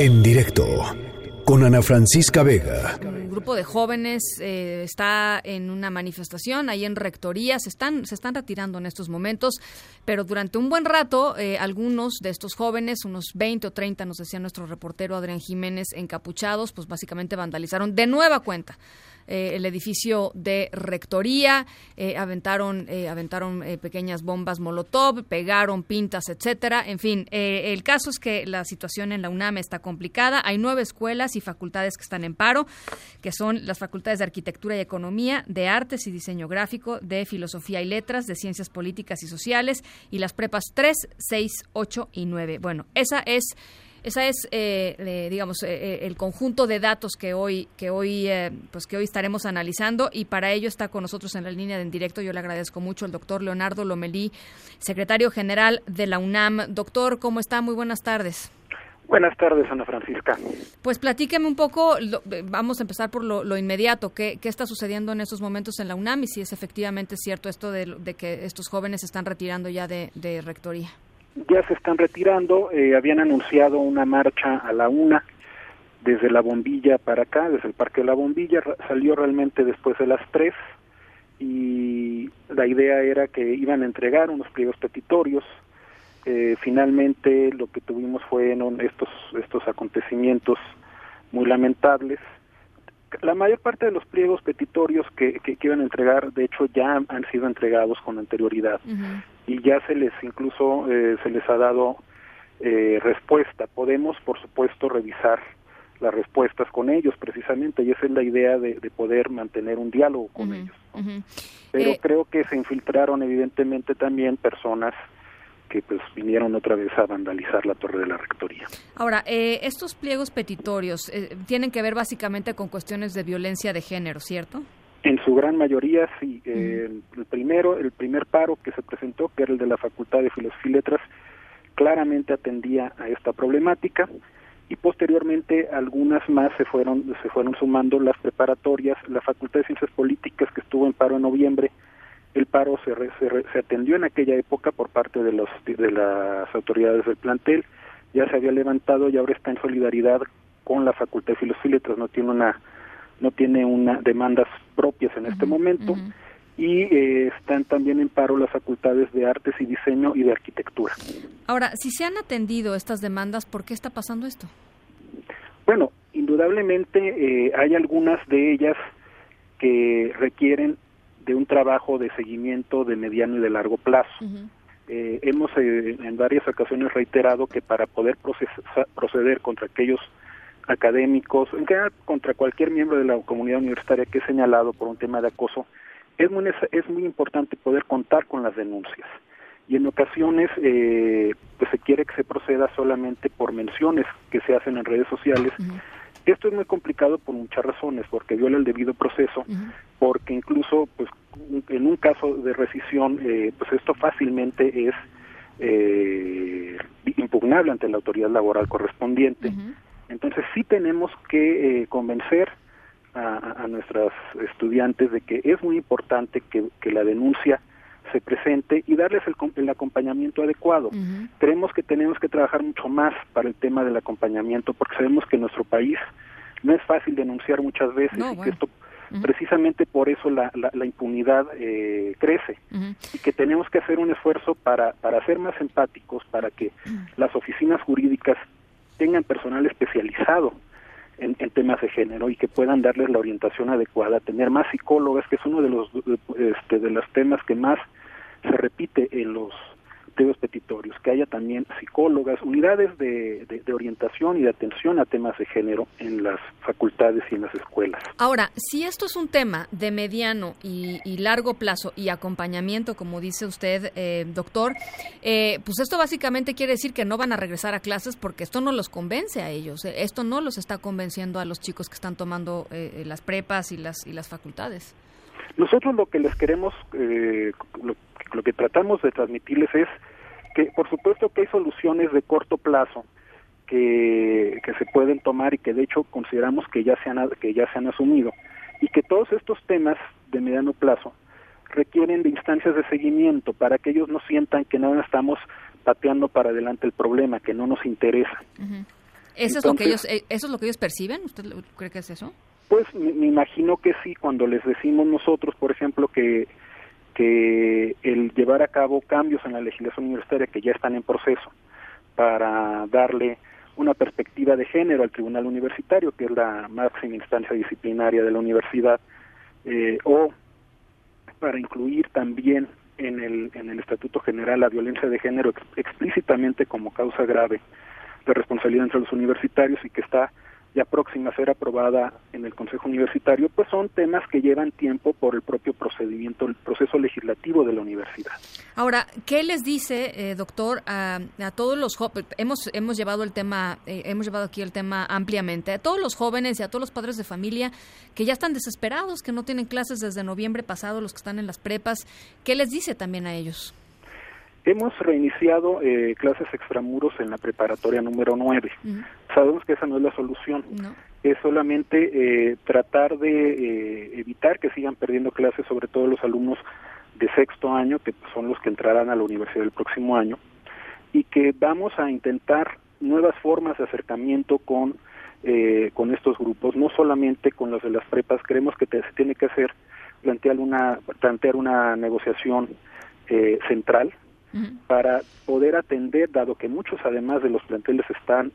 En directo con Ana Francisca Vega. Un grupo de jóvenes está en una manifestación ahí en Rectoría. Se están retirando en estos momentos, pero durante un buen rato algunos de estos jóvenes, unos 20 o 30, nos decía nuestro reportero Adrián Jiménez, encapuchados, pues básicamente vandalizaron de nueva cuenta el edificio de Rectoría, aventaron pequeñas bombas molotov, pegaron pintas, etcétera. En fin, el caso es que la situación en la UNAM está complicada. Hay 9 escuelas y facultades que están en paro, que son las facultades de Arquitectura y Economía, de Artes y Diseño Gráfico, de Filosofía y Letras, de Ciencias Políticas y Sociales, y las prepas 3, 6, 8 y 9. Bueno, esa es el conjunto de datos que hoy estaremos analizando, y para ello está con nosotros en la línea de en directo. Yo le agradezco mucho el doctor Leonardo Lomelí, secretario general de la UNAM. Doctor, ¿cómo está? Muy buenas tardes. Buenas tardes, Ana Francisca. Pues platíqueme un poco, vamos a empezar por lo inmediato. ¿Qué está sucediendo en estos momentos en la UNAM y si es efectivamente cierto esto de que estos jóvenes se están retirando ya de Rectoría? Ya se están retirando. Habían anunciado una marcha a la 1 desde la Bombilla para acá, desde el Parque de la Bombilla. Salió realmente después de las 3 y la idea era que iban a entregar unos pliegos petitorios. Finalmente lo que tuvimos fue estos acontecimientos muy lamentables. La mayor parte de los pliegos petitorios que iban a entregar, de hecho, ya han sido entregados con anterioridad. Uh-huh. Y ya se les ha dado respuesta. Podemos, por supuesto, revisar las respuestas con ellos, precisamente, y esa es la idea de poder mantener un diálogo con uh-huh. ellos, ¿no? Uh-huh. Pero creo que se infiltraron, evidentemente, también personas que pues vinieron otra vez a vandalizar la torre de la Rectoría. Ahora, estos pliegos petitorios tienen que ver básicamente con cuestiones de violencia de género, ¿cierto? En su gran mayoría, sí. El primer paro que se presentó, que era el de la Facultad de Filosofía y Letras, claramente atendía a esta problemática, y posteriormente algunas más se fueron sumando, las preparatorias, la Facultad de Ciencias Políticas, que estuvo en paro en noviembre. El paro se atendió en aquella época por parte de las autoridades del plantel. Ya se había levantado y ahora está en solidaridad con la Facultad de Filosofía y Letras. No tiene una demandas propias en este momento. Uh-huh. Y están también en paro las facultades de Artes y Diseño y de Arquitectura. Ahora, si se han atendido estas demandas, ¿por qué está pasando esto? Bueno, indudablemente hay algunas de ellas que requieren de un trabajo de seguimiento de mediano y de largo plazo. Uh-huh. Hemos en varias ocasiones reiterado que para poder proceder contra aquellos académicos, en general contra cualquier miembro de la comunidad universitaria que es señalado por un tema de acoso, es muy importante poder contar con las denuncias. Y en ocasiones pues se quiere que se proceda solamente por menciones que se hacen en redes sociales. Uh-huh. Esto es muy complicado por muchas razones, porque viola el debido proceso, uh-huh. porque incluso pues en un caso de rescisión, pues esto fácilmente es impugnable ante la autoridad laboral correspondiente. Uh-huh. Entonces sí tenemos que convencer a nuestras estudiantes de que es muy importante que la denuncia se presente y darles el acompañamiento adecuado. Uh-huh. Creemos que tenemos que trabajar mucho más para el tema del acompañamiento, porque sabemos que en nuestro país no es fácil denunciar muchas veces, que esto uh-huh. precisamente por eso la impunidad crece, uh-huh. y que tenemos que hacer un esfuerzo para ser más empáticos, para que uh-huh. las oficinas jurídicas tengan personal especializado en temas de género y que puedan darles la orientación adecuada, tener más psicólogas, que es uno de los temas que más se repite en los pliegos petitorios, que haya también psicólogas, unidades de orientación y de atención a temas de género en las facultades y en las escuelas. Ahora, si esto es un tema de mediano y largo plazo y acompañamiento, como dice usted, doctor, pues esto básicamente quiere decir que no van a regresar a clases porque esto no los convence a ellos, esto no los está convenciendo a los chicos que están tomando las prepas y las facultades. Nosotros lo que les queremos, lo que tratamos de transmitirles es que por supuesto que hay soluciones de corto plazo que se pueden tomar y que de hecho consideramos que ya se han asumido, y que todos estos temas de mediano plazo requieren de instancias de seguimiento para que ellos no sientan que nada estamos pateando para adelante el problema, que no nos interesa. Uh-huh. ¿Eso es lo que ellos perciben? ¿Usted cree que es eso? Pues me imagino que sí, cuando les decimos nosotros, por ejemplo, que el llevar a cabo cambios en la legislación universitaria que ya están en proceso para darle una perspectiva de género al tribunal universitario, que es la máxima instancia disciplinaria de la universidad, o para incluir también en el Estatuto General la violencia de género explícitamente como causa grave de responsabilidad entre los universitarios y que está ya próxima a ser aprobada en el Consejo Universitario, pues son temas que llevan tiempo por el propio procedimiento, el proceso legislativo de la universidad. Ahora, ¿qué les dice, doctor, a todos los jóvenes? Hemos llevado aquí el tema ampliamente, a todos los jóvenes y a todos los padres de familia que ya están desesperados, que no tienen clases desde noviembre pasado, los que están en las prepas? ¿Qué les dice también a ellos? Hemos reiniciado clases extramuros en la preparatoria número 9. Uh-huh. Sabemos que esa no es la solución. No. Es solamente tratar de evitar que sigan perdiendo clases, sobre todo los alumnos de sexto año, que son los que entrarán a la universidad el próximo año, y que vamos a intentar nuevas formas de acercamiento con estos grupos, no solamente con los de las prepas. Creemos que se tiene que plantear una negociación central, uh-huh, para poder atender, dado que muchos además de los planteles están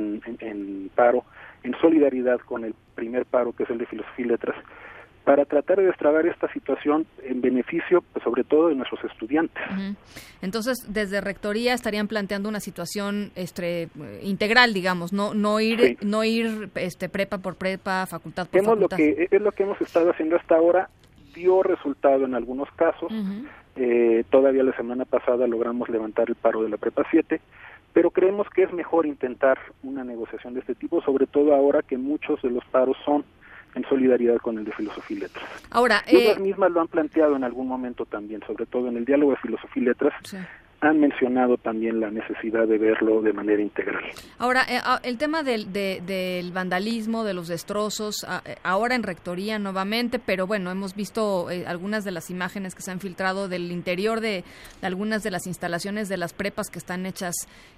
en paro, en solidaridad con el primer paro, que es el de Filosofía y Letras, para tratar de destrabar esta situación en beneficio, pues, sobre todo de nuestros estudiantes. Uh-huh. Entonces, desde Rectoría estarían planteando una situación integral, digamos, no ir prepa por prepa, facultad por facultad. Es lo que hemos estado haciendo hasta ahora. Dio resultado en algunos casos. Uh-huh. Todavía la semana pasada logramos levantar el paro de la prepa 7, pero creemos que es mejor intentar una negociación de este tipo, sobre todo ahora que muchos de los paros son en solidaridad con el de Filosofía y Letras. Ahora, ellas mismas lo han planteado en algún momento también, sobre todo en el diálogo de Filosofía y Letras. Sí. Han mencionado también la necesidad de verlo de manera integral. Ahora, el tema del vandalismo, de los destrozos, ahora en Rectoría nuevamente, pero bueno, hemos visto algunas de las imágenes que se han filtrado del interior de algunas de las instalaciones de las prepas que están hechas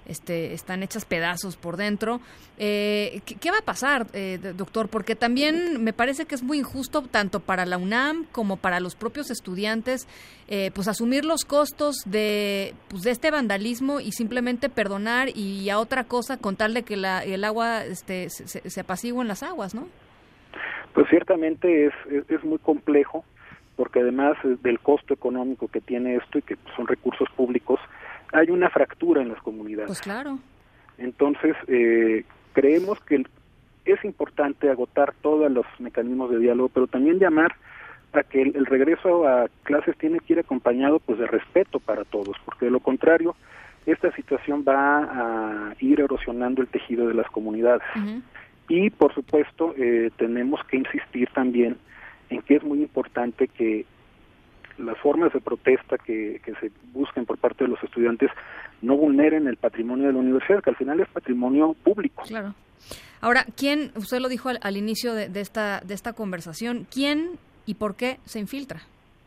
pedazos por dentro. ¿Qué va a pasar, doctor? Porque también me parece que es muy injusto tanto para la UNAM como para los propios estudiantes, pues asumir los costos de este vandalismo y simplemente perdonar y a otra cosa con tal de que el agua se apacigüe en las aguas, ¿no? Pues ciertamente es muy complejo, porque además del costo económico que tiene esto y que son recursos públicos, hay una fractura en las comunidades. Pues claro. Entonces, creemos que es importante agotar todos los mecanismos de diálogo, pero también llamar a que el regreso a clases tiene que ir acompañado, pues, de respeto para todos, porque de lo contrario esta situación va a ir erosionando el tejido de las comunidades. Uh-huh. Y por supuesto tenemos que insistir también en que es muy importante que las formas de protesta que se busquen por parte de los estudiantes no vulneren el patrimonio de la universidad, que al final es patrimonio público. Claro. Ahora, usted lo dijo al inicio de esta conversación, ¿quién y por qué se infiltra?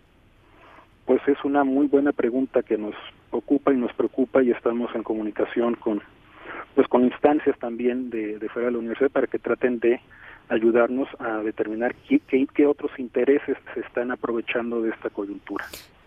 Pues es una muy buena pregunta que nos ocupa y nos preocupa, y estamos en comunicación con instancias también de fuera de la universidad para que traten de ayudarnos a determinar qué otros intereses se están aprovechando de esta coyuntura.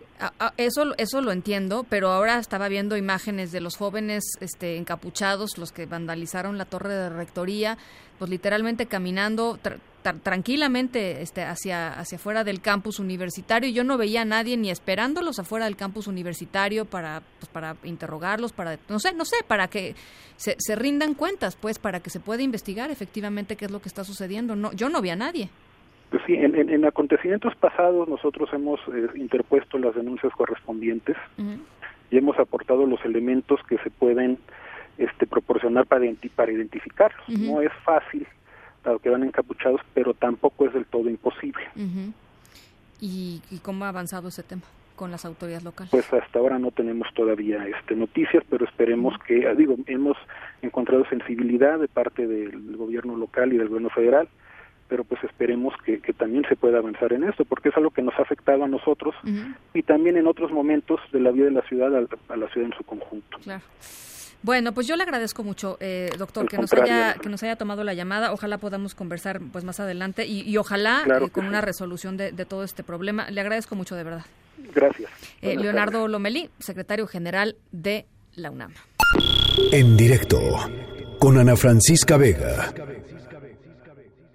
Eso lo entiendo, pero ahora estaba viendo imágenes de los jóvenes encapuchados, los que vandalizaron la torre de Rectoría, pues literalmente caminando tranquilamente hacia afuera del campus universitario. Yo no veía a nadie ni esperándolos afuera del campus universitario para interrogarlos, para no sé, para que se rindan cuentas, pues, para que se pueda investigar efectivamente qué es lo que está sucediendo. No, yo no vi a nadie. Pues sí, en acontecimientos pasados nosotros hemos interpuesto las denuncias correspondientes. Uh-huh. Y hemos aportado los elementos que se pueden proporcionar para identificarlos. Uh-huh. No es fácil, dado que van encapuchados, pero tampoco es del todo imposible. Uh-huh. ¿Y cómo ha avanzado ese tema con las autoridades locales? Pues hasta ahora no tenemos todavía noticias, pero esperemos que, hemos encontrado sensibilidad de parte del gobierno local y del gobierno federal, pero pues esperemos que también se pueda avanzar en esto, porque es algo que nos ha afectado a nosotros. Uh-huh. Y también en otros momentos de la vida de la ciudad, a la ciudad en su conjunto. Claro. Bueno, pues yo le agradezco mucho, doctor, que nos haya tomado la llamada. Ojalá podamos conversar pues más adelante y ojalá con una resolución de todo este problema. Le agradezco mucho, de verdad. Gracias. Leonardo Lomelí, secretario general de la UNAM. En directo con Ana Francisca Vega.